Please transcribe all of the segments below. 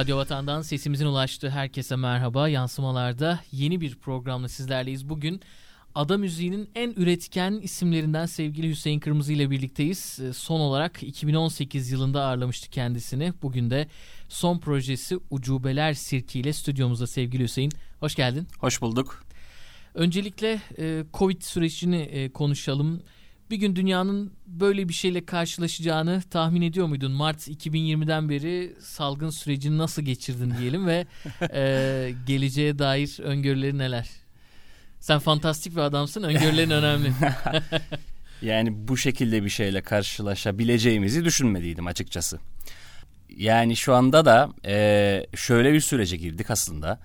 Radyo Vatan'dan sesimizin ulaştığı herkese merhaba. Yansımalarda yeni bir programla sizlerleyiz. Bugün Ada müziğinin en üretken isimlerinden sevgili Hüseyin Kırmızı ile birlikteyiz. Son olarak 2018 yılında ağırlamıştık kendisini. Bugün de son projesi Ucubeler Sirki ile stüdyomuzda sevgili Hüseyin. Hoş geldin. Hoş bulduk. Öncelikle Covid sürecini konuşalım. Bir gün dünyanın böyle bir şeyle karşılaşacağını tahmin ediyor muydun? Mart 2020'den beri salgın sürecini nasıl geçirdin diyelim ve geleceğe dair öngörüleri neler? Sen fantastik bir adamsın, öngörülerin önemli. Yani bu şekilde bir şeyle karşılaşabileceğimizi düşünmediydim açıkçası. Yani şu anda da şöyle bir sürece girdik aslında.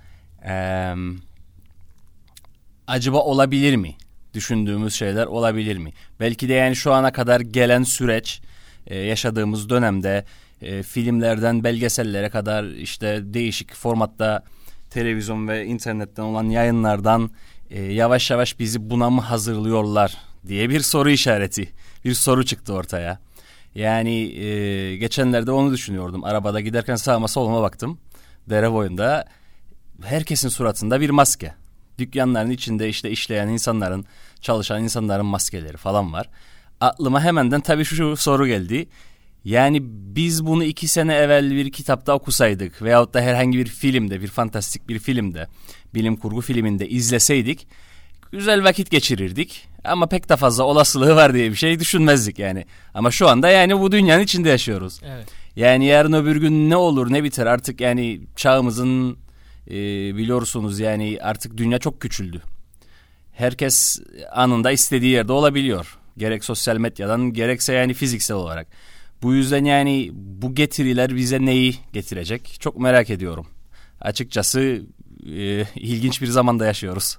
Acaba olabilir mi? Düşündüğümüz şeyler olabilir mi? Belki de yani şu ana kadar gelen süreç, yaşadığımız dönemde filmlerden belgesellere kadar işte değişik formatta televizyon ve internetten olan yayınlardan yavaş yavaş bizi buna mı hazırlıyorlar diye bir soru işareti, bir soru çıktı ortaya. Yani geçenlerde onu düşünüyordum. Arabada giderken sağıma soluma baktım. Dere boyunda herkesin suratında bir maske. Dükkanların içinde işte işleyen insanların, çalışan insanların maskeleri falan var. Aklıma hemenden tabii şu soru geldi. Yani biz bunu 2 sene evvel bir kitapta okusaydık veyahut da herhangi bir filmde, bir fantastik bir filmde, bilim kurgu filminde izleseydik güzel vakit geçirirdik. Ama pek de fazla olasılığı var diye bir şey düşünmezdik yani. Ama şu anda yani bu dünyanın içinde yaşıyoruz. Evet. Yani yarın öbür gün ne olur ne biter artık yani çağımızın biliyorsunuz yani artık dünya çok küçüldü. Herkes anında istediği yerde olabiliyor. Gerek sosyal medyadan gerekse yani fiziksel olarak. Bu yüzden yani bu getiriler bize neyi getirecek çok merak ediyorum. Açıkçası ilginç bir zamanda yaşıyoruz.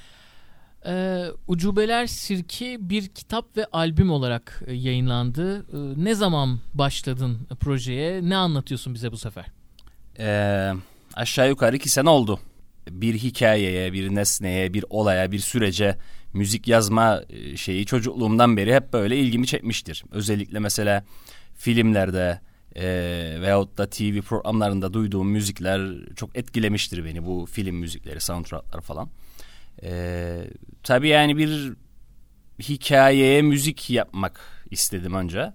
Ucubeler Sirki bir kitap ve albüm olarak yayınlandı. Ne zaman başladın projeye? Ne anlatıyorsun bize bu sefer? Aşağı yukarı 2 sene oldu. Bir hikayeye, bir nesneye, bir olaya, bir sürece müzik yazma şeyi çocukluğumdan beri hep böyle ilgimi çekmiştir. Özellikle mesela filmlerde veyahut da TV programlarında duyduğum müzikler çok etkilemiştir beni. Bu film müzikleri, soundtracklar falan. Tabii yani bir hikayeye müzik yapmak istedim önce.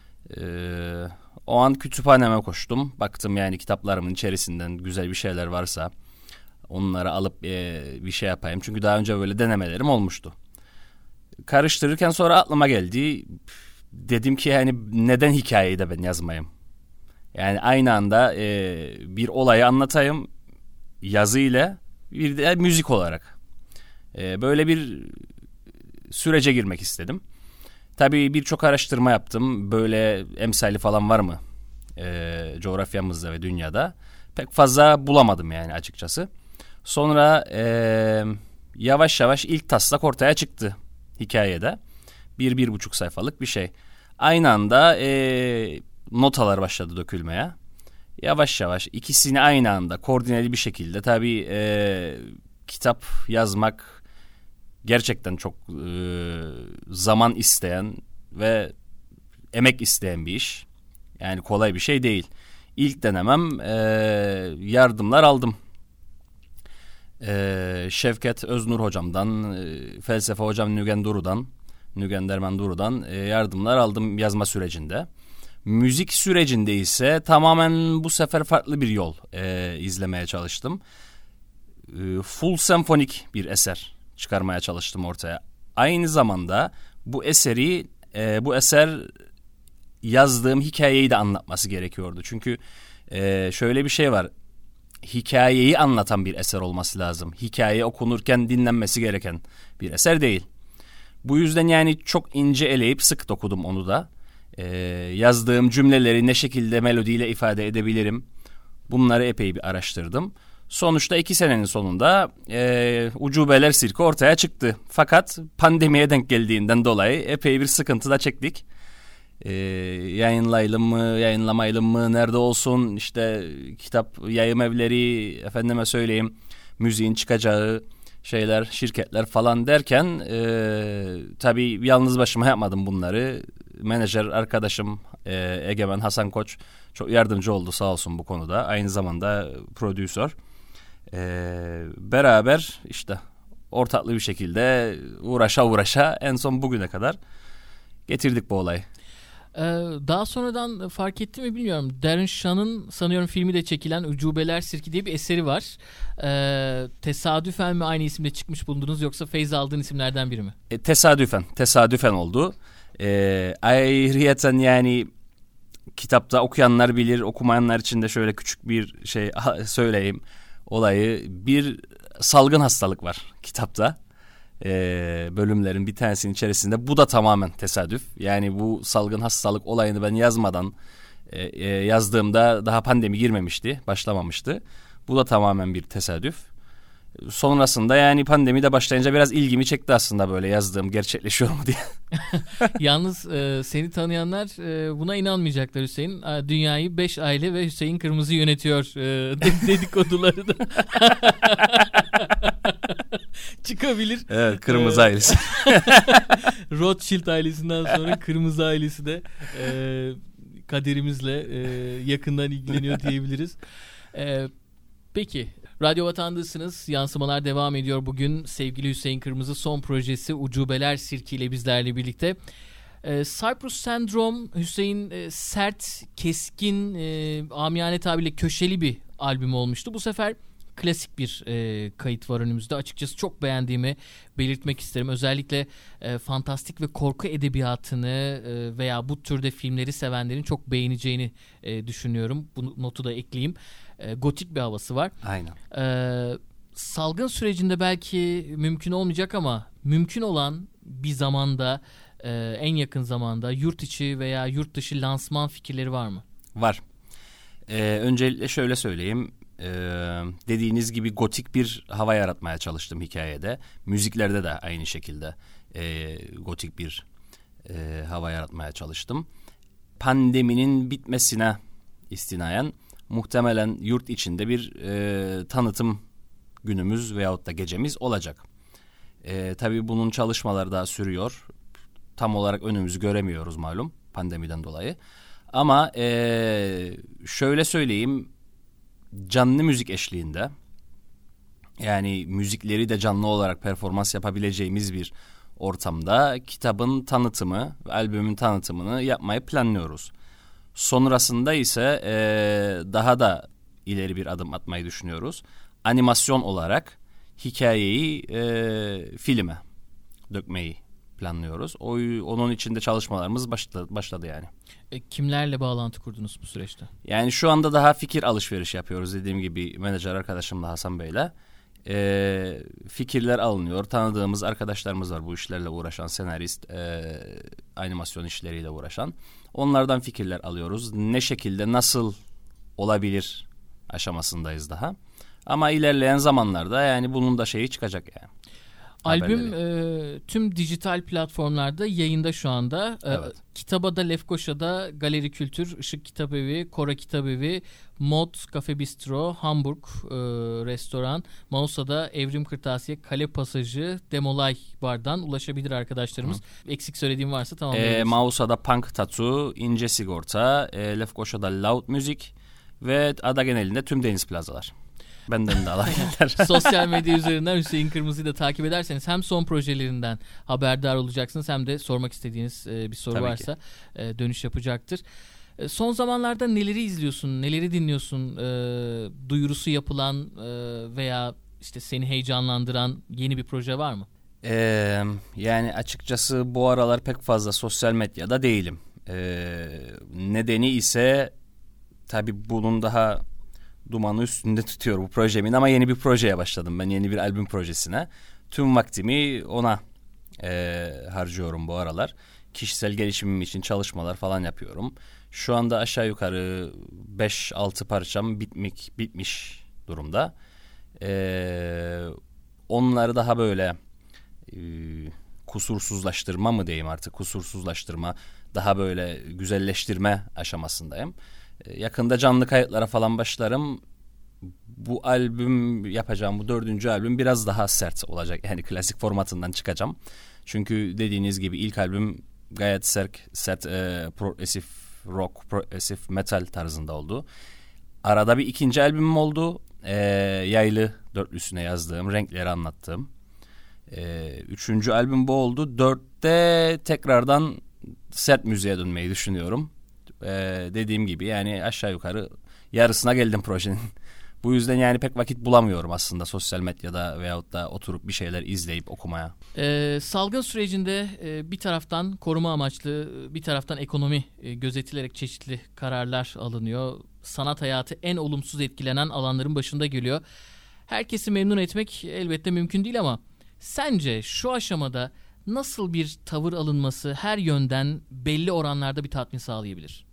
O an kütüphaneme koştum. Baktım yani kitaplarımın içerisinden güzel bir şeyler varsa onları alıp bir şey yapayım. Çünkü daha önce böyle denemelerim olmuştu. Karıştırırken sonra aklıma geldi. Dedim ki yani neden hikayeyi de ben yazmayayım? Yani aynı anda bir olayı anlatayım yazıyla bir de müzik olarak. Böyle bir sürece girmek istedim. Tabii birçok araştırma yaptım. Böyle emsali falan var mı? Coğrafyamızda ve dünyada. Pek fazla bulamadım yani açıkçası. Sonra yavaş yavaş ilk taslak ortaya çıktı hikayede. 1-1,5 sayfalık bir şey. Aynı anda notalar başladı dökülmeye. Yavaş yavaş ikisini aynı anda koordineli bir şekilde. Tabii kitap yazmak gerçekten çok zaman isteyen ve emek isteyen bir iş. Yani kolay bir şey değil. İlk denemem yardımlar aldım. Şevket Öznur hocamdan, felsefe hocam Nügen Derman Duru'dan yardımlar aldım yazma sürecinde. Müzik sürecinde ise tamamen bu sefer farklı bir yol izlemeye çalıştım. Full senfonik bir eser çıkarmaya çalıştım ortaya. Aynı zamanda bu eser yazdığım hikayeyi de anlatması gerekiyordu. Çünkü şöyle bir şey var. Hikayeyi anlatan bir eser olması lazım. Hikaye okunurken dinlenmesi gereken bir eser değil. Bu yüzden yani çok ince eleyip sık dokudum onu da. Yazdığım cümleleri ne şekilde melodiyle ifade edebilirim? Bunları epey bir araştırdım. Sonuçta 2 senenin sonunda Ucubeler Sirki ortaya çıktı. Fakat pandemiye denk geldiğinden dolayı epey bir sıkıntı da çektik. Yayınlayalım mı, yayınlamayalım mı, nerede olsun, işte kitap yayım evleri, efendime söyleyeyim, müziğin çıkacağı şeyler, şirketler falan derken tabii yalnız başıma yapmadım bunları. Menajer arkadaşım Egemen Hasan Koç çok yardımcı oldu sağ olsun bu konuda. Aynı zamanda prodüser. Beraber işte ortaklı bir şekilde uğraşa en son bugüne kadar getirdik bu olayı. Daha sonradan fark etti mi bilmiyorum. Darren Shan'ın sanıyorum filmi de çekilen Ucubeler Sirki diye bir eseri var. Tesadüfen mi aynı isimle çıkmış bulundunuz yoksa feyz aldığın isimlerden biri mi? Tesadüfen oldu. Ayrıyeten yani kitapta okuyanlar bilir, okumayanlar için de şöyle küçük bir şey söyleyeyim olayı. Bir salgın hastalık var kitapta. Bölümlerin bir tanesinin içerisinde. Bu da tamamen tesadüf. Yani bu salgın hastalık olayını ben yazmadan yazdığımda daha pandemi girmemişti, başlamamıştı. Bu da tamamen bir tesadüf. Sonrasında yani pandemi de başlayınca biraz ilgimi çekti aslında böyle yazdığım gerçekleşiyor mu diye. Yalnız seni tanıyanlar buna inanmayacaklar Hüseyin. Dünyayı 5 aile ve Hüseyin Kırmızı yönetiyor dedikoduları da çıkabilir. Evet, Kırmızı ailesi. Rothschild ailesinden sonra Kırmızı ailesi de kaderimizle yakından ilgileniyor diyebiliriz. Peki, Radyo Vatan'dasınız. Yansımalar devam ediyor bugün. Sevgili Hüseyin Kırmızı son projesi Ucubeler Sirki ile bizlerle birlikte. Cyprus Sendrom, Hüseyin sert, keskin, amiyane tabirle köşeli bir albüm olmuştu. Bu sefer klasik bir kayıt var önümüzde. Açıkçası çok beğendiğimi belirtmek isterim. Özellikle fantastik ve korku edebiyatını veya bu türde filmleri sevenlerin çok beğeneceğini düşünüyorum. Bu notu da ekleyeyim. Gotik bir havası var. Aynen. Salgın sürecinde belki mümkün olmayacak ama mümkün olan bir zamanda, en yakın zamanda yurt içi veya yurt dışı lansman fikirleri var mı? Var. Öncelikle şöyle söyleyeyim. Dediğiniz gibi gotik bir hava yaratmaya çalıştım hikayede. Müziklerde de aynı şekilde gotik bir hava yaratmaya çalıştım. Pandeminin bitmesine istinayen muhtemelen yurt içinde bir tanıtım günümüz veyahut da gecemiz olacak. Tabii bunun çalışmaları daha sürüyor. Tam olarak önümüzü göremiyoruz malum pandemiden dolayı. Ama şöyle söyleyeyim, canlı müzik eşliğinde, yani müzikleri de canlı olarak performans yapabileceğimiz bir ortamda kitabın tanıtımı, albümün tanıtımını yapmayı planlıyoruz. Sonrasında ise daha da ileri bir adım atmayı düşünüyoruz. Animasyon olarak hikayeyi filme dökmeyi planlıyoruz. Onun için de çalışmalarımız başladı yani. Kimlerle bağlantı kurdunuz bu süreçte? Yani şu anda daha fikir alışveriş yapıyoruz. Dediğim gibi menajer arkadaşımla, Hasan Bey'le. Fikirler alınıyor. Tanıdığımız arkadaşlarımız var bu işlerle uğraşan, senarist, animasyon işleriyle uğraşan. Onlardan fikirler alıyoruz. Ne şekilde, nasıl olabilir aşamasındayız daha. Ama ilerleyen zamanlarda yani bunun da şeyi çıkacak yani. Albüm tüm dijital platformlarda yayında şu anda. Evet. Kitabada, Lefkoşa'da Galeri Kültür, Işık Kitabevi, Kora Kitabevi, Mod, Cafe Bistro, Hamburg Restoran, Mausa'da Evrim Kırtasiye, Kale Pasajı, Demolay Bar'dan ulaşabilir arkadaşlarımız. Eksik söylediğim varsa tamamlayabiliriz. Mausa'da Punk Tattoo, İnce Sigorta, Lefkoşa'da Loud Music ve ada genelinde tüm deniz plazalar. Benden de alabilirler. Sosyal medya üzerinden Hüseyin Kırmızı'yı da takip ederseniz hem son projelerinden haberdar olacaksınız hem de sormak istediğiniz bir soru Tabii varsa dönüş yapacaktır. Son zamanlarda neleri izliyorsun, neleri dinliyorsun? Duyurusu yapılan veya işte seni heyecanlandıran yeni bir proje var mı? Yani açıkçası bu aralar pek fazla sosyal medyada değilim. Nedeni ise tabii bunun daha dumanı üstünde tutuyor bu projemin, ama yeni bir projeye başladım ben, yeni bir albüm projesine. Tüm vaktimi ona harcıyorum bu aralar. Kişisel gelişimim için çalışmalar falan yapıyorum. Şu anda aşağı yukarı 5-6 parçam bitmiş durumda. Onları daha böyle kusursuzlaştırma mı diyeyim artık, kusursuzlaştırma, daha böyle güzelleştirme aşamasındayım. Yakında canlı kayıtlara falan başlarım. Bu albüm yapacağım, bu 4. albüm biraz daha sert olacak. Yani klasik formatından çıkacağım. Çünkü dediğiniz gibi ilk albüm gayet sert progresif rock, progresif metal tarzında oldu. Arada bir ikinci albümüm oldu. Yaylı dörtlüsüne yazdığım, renkleri anlattığım. Üçüncü albüm bu oldu. 4'te tekrardan sert müziğe dönmeyi düşünüyorum. Dediğim gibi yani aşağı yukarı yarısına geldim projenin. Bu yüzden yani pek vakit bulamıyorum aslında sosyal medyada veyahut da oturup bir şeyler izleyip okumaya. Salgın sürecinde bir taraftan koruma amaçlı, bir taraftan ekonomi gözetilerek çeşitli kararlar alınıyor. Sanat hayatı en olumsuz etkilenen alanların başında geliyor. Herkesi memnun etmek elbette mümkün değil ama sence şu aşamada nasıl bir tavır alınması her yönden belli oranlarda bir tatmin sağlayabilir?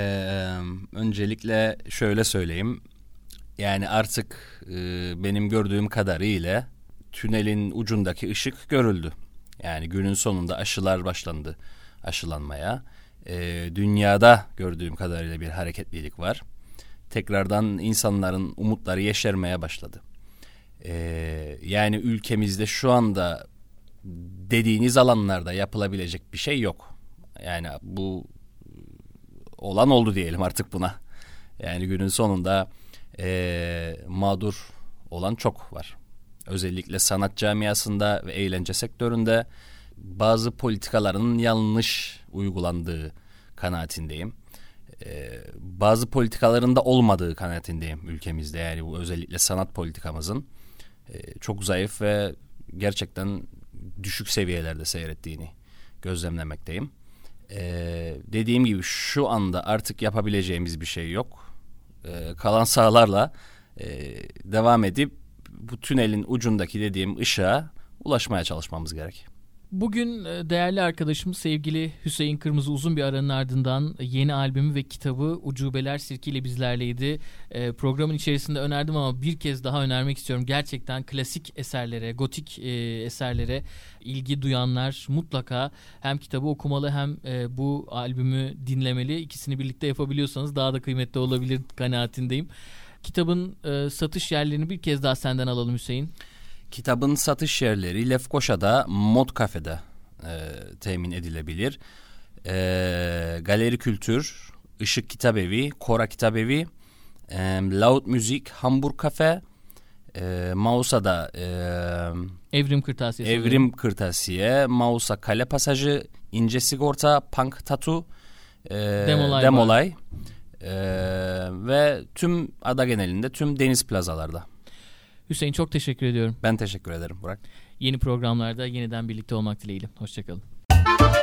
Öncelikle şöyle söyleyeyim. Yani artık benim gördüğüm kadarıyla tünelin ucundaki ışık görüldü. Yani günün sonunda aşılar başlandı aşılanmaya. Dünyada gördüğüm kadarıyla bir hareketlilik var. Tekrardan insanların umutları yeşermeye başladı. Yani ülkemizde şu anda dediğiniz alanlarda yapılabilecek bir şey yok. Yani bu olan oldu diyelim artık buna. Yani günün sonunda mağdur olan çok var. Özellikle sanat camiasında ve eğlence sektöründe bazı politikaların yanlış uygulandığı kanaatindeyim. Bazı politikaların da olmadığı kanaatindeyim ülkemizde. Yani bu özellikle sanat politikamızın çok zayıf ve gerçekten düşük seviyelerde seyrettiğini gözlemlemekteyim. Dediğim gibi şu anda artık yapabileceğimiz bir şey yok. Kalan sahalarla devam edip bu tünelin ucundaki dediğim ışığa ulaşmaya çalışmamız gerek. Bugün değerli arkadaşım sevgili Hüseyin Kırmızı uzun bir aranın ardından yeni albümü ve kitabı Ucubeler Sirki ile bizlerleydi. Programın içerisinde önerdim ama bir kez daha önermek istiyorum. Gerçekten klasik eserlere, gotik eserlere ilgi duyanlar mutlaka hem kitabı okumalı hem bu albümü dinlemeli. İkisini birlikte yapabiliyorsanız daha da kıymetli olabilir kanaatindeyim. Kitabın satış yerlerini bir kez daha senden alalım Hüseyin. Kitabın satış yerleri Lefkoşa'da Mod Cafe'de temin edilebilir. Galeri Kültür, Işık Kitabevi, Kora Kitabevi, Laut Müzik, Hamburg Cafe, Mausa'da Evrim Kırtasiye, Mausa Kale Pasajı, İnce Sigorta, Punk Tattoo, Demolay ve tüm ada genelinde tüm deniz plazalarda. Hüseyin çok teşekkür ediyorum. Ben teşekkür ederim Burak. Yeni programlarda yeniden birlikte olmak dileğiyle. Hoşçakalın.